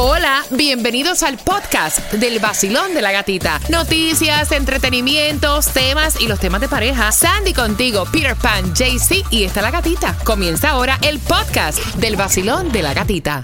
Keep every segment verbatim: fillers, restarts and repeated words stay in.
Hola, bienvenidos al podcast del Vacilón de la Gatita. Noticias, entretenimientos, temas y los temas de pareja. Sandy contigo, Peter Pan, J C y está la gatita. Comienza ahora el podcast del Vacilón de la Gatita.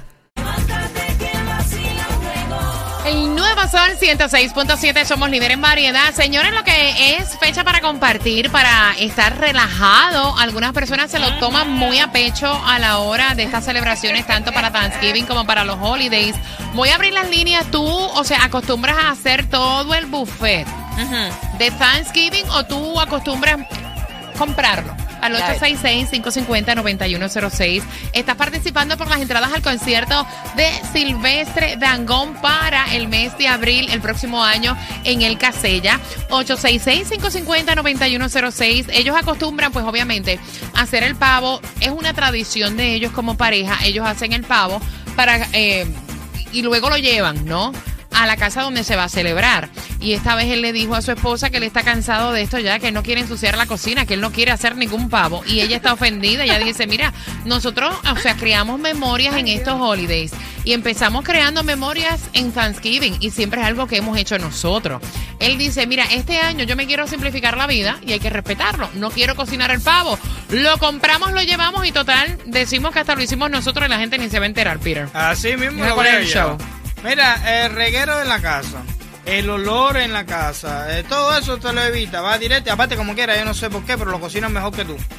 El nuevo Sol ciento seis punto siete, somos líderes en variedad. Señores, lo que es fecha para compartir, para estar relajado. Algunas personas se lo toman muy a pecho a la hora de estas celebraciones, tanto para Thanksgiving como para los holidays. Voy a abrir las líneas. Tú, o sea, acostumbras a hacer todo el buffet uh-huh. de Thanksgiving o tú acostumbras comprarlo. Al ocho seis seis, cinco cinco cero, nueve uno cero seis. Estás participando por las entradas al concierto de Silvestre Dangond para el mes de abril, el próximo año, en el Casella. ocho seis seis, cinco cinco cero, nueve uno cero seis. Ellos acostumbran, pues obviamente, a hacer el pavo. Es una tradición de ellos como pareja. Ellos hacen el pavo para eh, y luego lo llevan, ¿no?, a la casa donde se va a celebrar. Y esta vez él le dijo a su esposa que él está cansado de esto ya, que él no quiere ensuciar la cocina, que él no quiere hacer ningún pavo. Y ella está ofendida. Ella dice, mira, nosotros, o sea, creamos memorias en estos holidays. Y empezamos creando memorias en Thanksgiving. Y siempre es algo que hemos hecho nosotros. Él dice, mira, este año yo me quiero simplificar la vida y hay que respetarlo. No quiero cocinar el pavo. Lo compramos, lo llevamos y total, decimos que hasta lo hicimos nosotros y la gente ni se va a enterar, Peter. Así mismo lo ¿Cuál es veo el yo. show? Mira, el reguero en la casa, el olor en la casa, eh, todo eso te lo evita, va directo. Aparte, como quiera, yo no sé por qué, pero lo cocinan mejor que tú.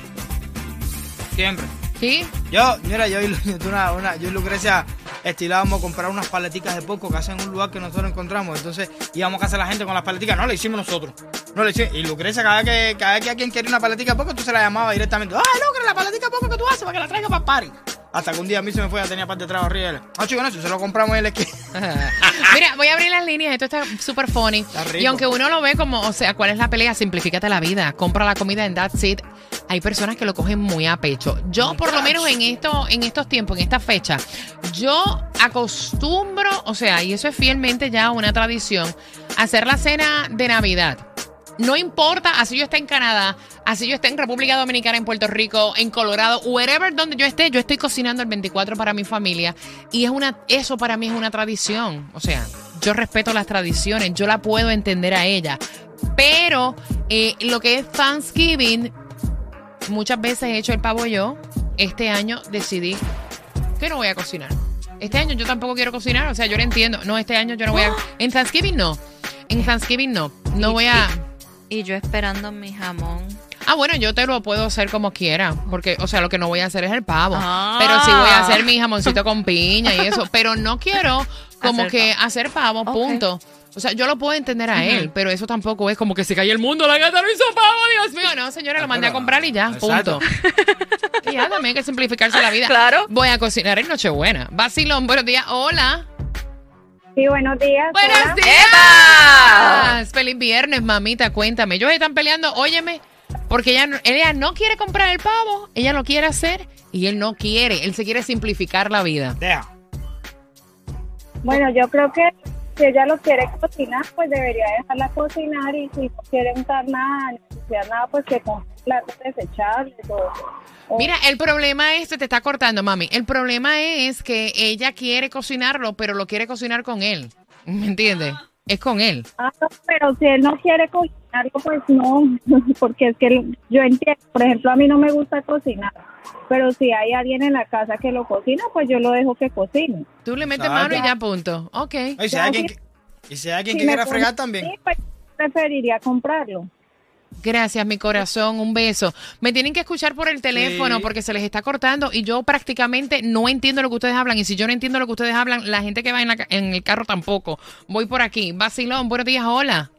Siempre. ¿Sí? Yo, mira, yo y una, una, yo y Lucrecia estilábamos a comprar unas paleticas de porco que hacen en un lugar que nosotros encontramos. Entonces íbamos a casa de la gente con las paleticas. No, le hicimos nosotros. No le hicimos. Y Lucrecia, cada vez que, cada vez que alguien quería una paletica de porco, tú se la llamaba directamente. ¡Ah, Lucre, la paletica de porco que tú haces para que la traiga para el party! Hasta que un día a mí se me fue, ya tenía parte de atrás arriba. Ah, chico, no, si se lo compramos en el esquina. Mira, voy a abrir las líneas. Esto está súper funny. Y aunque uno lo ve como, o sea, ¿cuál es la pelea? Simplifícate la vida. Compra la comida en That's It. Hay personas que lo cogen muy a pecho. Yo, por lo menos en esto, en estos tiempos, en esta fecha, yo acostumbro, o sea, y eso es fielmente ya una tradición, hacer la cena de Navidad. No importa, así yo esté en Canadá, así yo esté en República Dominicana, en Puerto Rico, en Colorado, wherever donde yo esté, yo estoy cocinando el veinticuatro para mi familia. Y es una, eso para mí es una tradición. O sea, yo respeto las tradiciones, yo la puedo entender a ella. Pero eh, lo que es Thanksgiving, muchas veces he hecho el pavo yo. Este año decidí que no voy a cocinar. Este año yo tampoco quiero cocinar, o sea, yo lo entiendo. No, este año yo no voy a... En Thanksgiving no. En Thanksgiving no. No voy a... Y yo esperando mi jamón. Ah, bueno, yo te lo puedo hacer como quiera, porque, o sea, lo que no voy a hacer es el pavo. Ah. Pero sí voy a hacer mi jamoncito con piña y eso. Pero no quiero como hacer que pavo. hacer pavo, okay. punto. O sea, yo lo puedo entender a uh-huh. él, pero eso tampoco es como que se cae el mundo, la gata no hizo pavo, Dios mío. No, señora, lo mandé a comprar y ya, punto. Y ya también hay que simplificarse la vida. Claro. Voy a cocinar en Nochebuena. Vacilón, buenos días, hola. Sí, buenos días. ¡Buenos hola. días! ¡Eva! Feliz viernes, mamita, cuéntame. Ellos están peleando, óyeme, porque ella, ella no quiere comprar el pavo, ella lo quiere hacer y él no quiere, él se quiere simplificar la vida. Deja. Bueno, yo creo que si ella lo quiere cocinar, pues debería dejarla cocinar y si no quiere untar nada, ni nada, pues que compre platos desechables o... Mira, el problema es, te está cortando, mami. El problema es que ella quiere cocinarlo, pero lo quiere cocinar con él. ¿Me entiendes? Es con él. Ah, pero si él no quiere cocinarlo, pues no. Porque es que yo entiendo, por ejemplo, a mí no me gusta cocinar. Pero si hay alguien en la casa que lo cocina, pues yo lo dejo que cocine. Tú le metes mano y ya, punto. Ok. Y si hay alguien que, y si hay alguien que quiera fregar también. Sí, pues preferiría comprarlo. Gracias, mi corazón, un beso. Me tienen que escuchar por el teléfono sí. porque se les está cortando y yo prácticamente no entiendo lo que ustedes hablan. Y si yo no entiendo lo que ustedes hablan, la gente que va en, la, en el carro tampoco. Voy por aquí. Vacilón, buenos días, hola.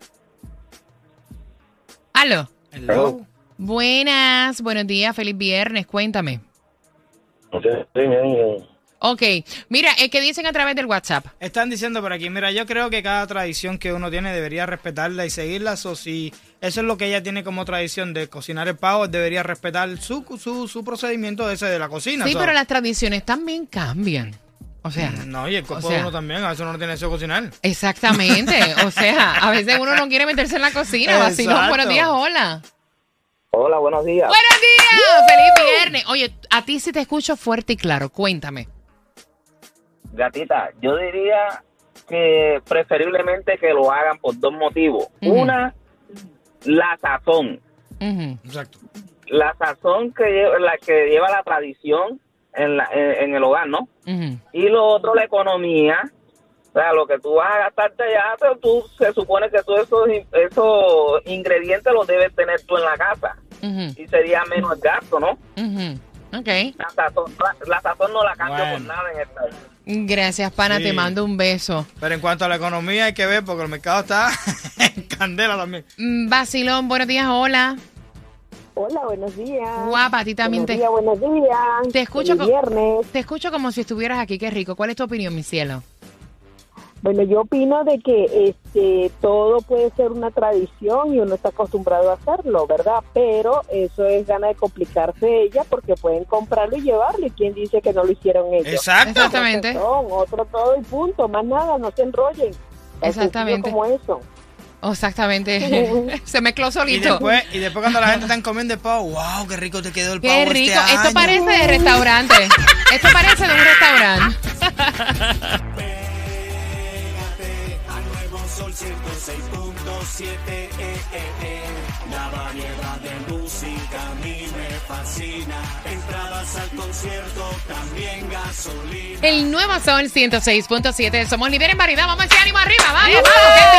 ¿Aló? Hello. Buenas, buenos días, feliz viernes, cuéntame. Sí, sí, bien. Ok, mira, es que dicen a través del WhatsApp. Están diciendo por aquí, mira, yo creo que cada tradición que uno tiene debería respetarla y seguirla, o si eso es lo que ella tiene como tradición de cocinar el pavo, debería respetar su su, su procedimiento ese de la cocina. Sí, so. pero las tradiciones también cambian. O sea, no, y el cuerpo o sea, de uno también, a veces uno no tiene eso de cocinar. Exactamente, o sea, a veces uno no quiere meterse en la cocina. Vacilón, buenos días, hola. Hola, buenos días. Buenos días, ¡uh! Feliz viernes. Oye, a ti sí te escucho fuerte y claro, cuéntame. Gatita, yo diría que preferiblemente que lo hagan por dos motivos. Ujú. Una, la sazón. Ujú. Exacto. La sazón que lleva, la que lleva la tradición en, la, en, en el hogar, ¿no? Ujú. Y lo otro, la economía. O sea, lo que tú vas a gastarte allá, pero tú se supone que todos esos, esos ingredientes los debes tener tú en la casa. Ujú. Y sería menos gasto, ¿no? Ujú. Ok. La sazón, la, la sazón no la cambio Bueno. por nada en el país. Gracias, pana. Sí. Te mando un beso. Pero en cuanto a la economía hay que ver porque el mercado está en candela también. Mm, Vacilón, buenos días. Hola. Hola, buenos días. Guapa, a ti también buenos te, días, buenos días. te escucho Feliz co- viernes. te escucho como si estuvieras aquí. Qué rico. ¿Cuál es tu opinión, mi cielo? Bueno, yo opino de que este todo puede ser una tradición y uno está acostumbrado a hacerlo, ¿verdad? Pero eso es gana de complicarse ella porque pueden comprarlo y llevarlo. ¿Y quién dice que no lo hicieron ellos? Exacto. Exactamente. Son otro todo y punto. Más nada, no se enrollen. Tan Exactamente. sencillo como eso. Exactamente. Se mezcló Y solito. después, y después cuando la gente está comiendo el pavo, wow, qué rico te quedó el pavo Qué este rico. Esto año. parece de restaurante. Esto parece de un restaurante. Al nuevo Sol ciento seis punto siete, eh, eh, eh. La variedad de música a mí me fascina. Entradas al concierto, también gasolina. El nuevo Sol ciento seis punto siete. Somos líderes en variedad. Vamos a ese ánimo arriba. Vamos, vamos, que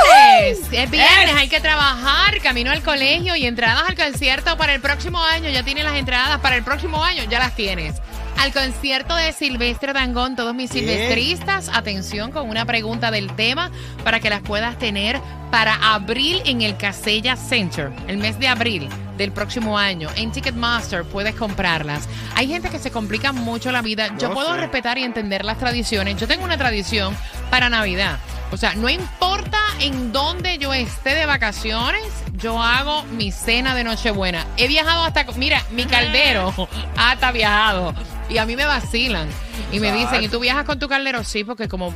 es viernes. Es viernes. Hay que trabajar. Camino al colegio y entradas al concierto para el próximo año. Ya tienes las entradas para el próximo año. Ya las tienes. Al concierto de Silvestre Dangond, todos mis Bien. silvestristas, atención con una pregunta del tema para que las puedas tener para abril en el Casella Center, el mes de abril del próximo año. En Ticketmaster puedes comprarlas. Hay gente que se complica mucho la vida. Yo Yo puedo sé. respetar y entender las tradiciones. Yo tengo una tradición para Navidad. O sea, no importa en dónde yo esté de vacaciones, yo hago mi cena de Nochebuena. He viajado hasta, mira, mi caldero hasta viajado. Y a mí me vacilan. Y me dicen, ¿y tú viajas con tu caldero? Sí, porque como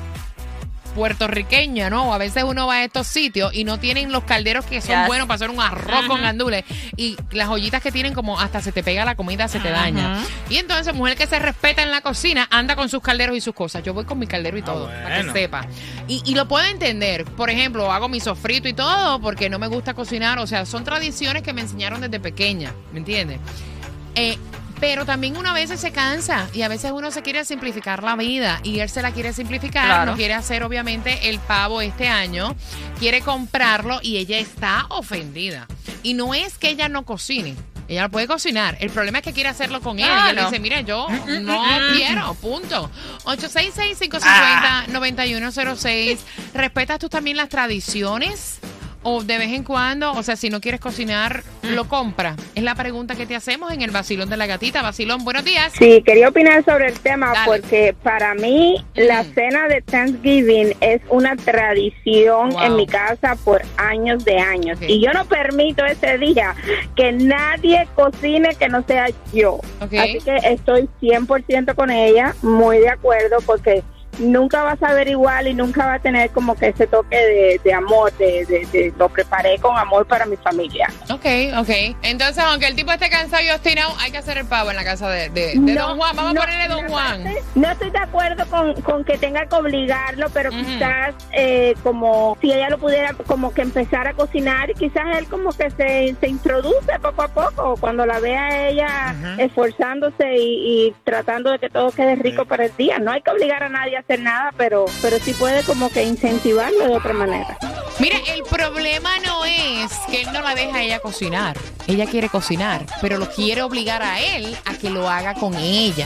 puertorriqueña, ¿no? A veces uno va a estos sitios y no tienen los calderos que son Yes. buenos para hacer un arroz con gandules. Y las ollitas que tienen como hasta se te pega la comida, se te daña. Y entonces, mujer que se respeta en la cocina, anda con sus calderos y sus cosas. Yo voy con mi caldero y todo, para que bueno. sepa. Y, y lo puedo entender. Por ejemplo, hago mi sofrito y todo porque no me gusta cocinar. O sea, son tradiciones que me enseñaron desde pequeña, ¿me entiendes? Eh, pero también uno a veces se cansa y a veces uno se quiere simplificar la vida y él se la quiere simplificar, Claro. no quiere hacer obviamente el pavo este año, quiere comprarlo y ella está ofendida. Y no es que ella no cocine, ella lo puede cocinar, el problema es que quiere hacerlo con él y él Claro. dice, mira, yo no quiero, punto. ocho seis seis, cinco cinco cero, nueve uno cero seis. ¿Respetas tú también las tradiciones? O de vez en cuando, o sea, si no quieres cocinar, lo compras. Es la pregunta que te hacemos en el Vacilón de la Gatita. Vacilón, buenos días. Sí, quería opinar sobre el tema Dale. porque para mí la Mm. cena de Thanksgiving es una tradición Wow. en mi casa por años de años. Ok. Y yo no permito ese día que nadie cocine que no sea yo. Ok. Así que estoy cien por ciento con ella, muy de acuerdo porque nunca vas a ver igual y nunca va a tener como que ese toque de, de amor, de, de, de lo preparé con amor para mi familia. Ok, ok. Entonces, aunque el tipo esté cansado y obstinado, hay que hacer el pavo en la casa de, de- de No, Don Juan. Vamos no, a ponerle Don no, Juan. No estoy de acuerdo con, con que tenga que obligarlo, pero Ujú. quizás eh, como si ella lo pudiera como que empezar a cocinar y quizás él como que se, se introduce poco a poco cuando la vea a ella Ujú. esforzándose y, y tratando de que todo quede rico Sí. para el día. No hay que obligar a nadie a hacer nada, pero, pero sí puede como que incentivarlo de otra manera. Mira, el problema no es que él no la deja a ella cocinar. Ella quiere cocinar, pero lo quiere obligar a él a que lo haga con ella.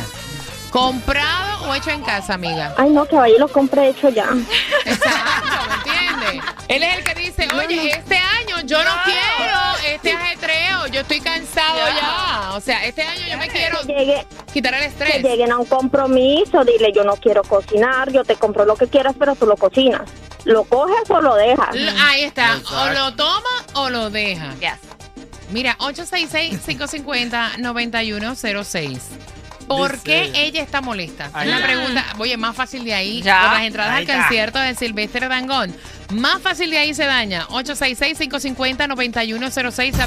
¿Comprado o hecho en casa, amiga? Ay, no, que vaya y lo compre hecho ya. Exacto, ¿me entiendes? Él es el que dice, oye, este año yo no quiero este ajetreo, yo estoy cansado ya. O sea, este año yo me quiero Que llegue, quitar el que estrés. lleguen a un compromiso, dile yo no quiero cocinar, yo te compro lo que quieras, pero tú lo cocinas. ¿Lo coges o lo dejas? L- Ahí está, o Exacto. lo toma o lo deja. Yes. Mira, ocho seis seis, cinco cinco cero, nueve uno cero seis. ¿Por Dice qué ella. ella está molesta? Ahí Es la está. pregunta. Oye, más fácil de ahí. Ya. Por las entradas Ahí al está. concierto de Silvestre Dangond. Más fácil de ahí se daña. ocho seis seis, cinco cinco cero, nueve uno cero seis.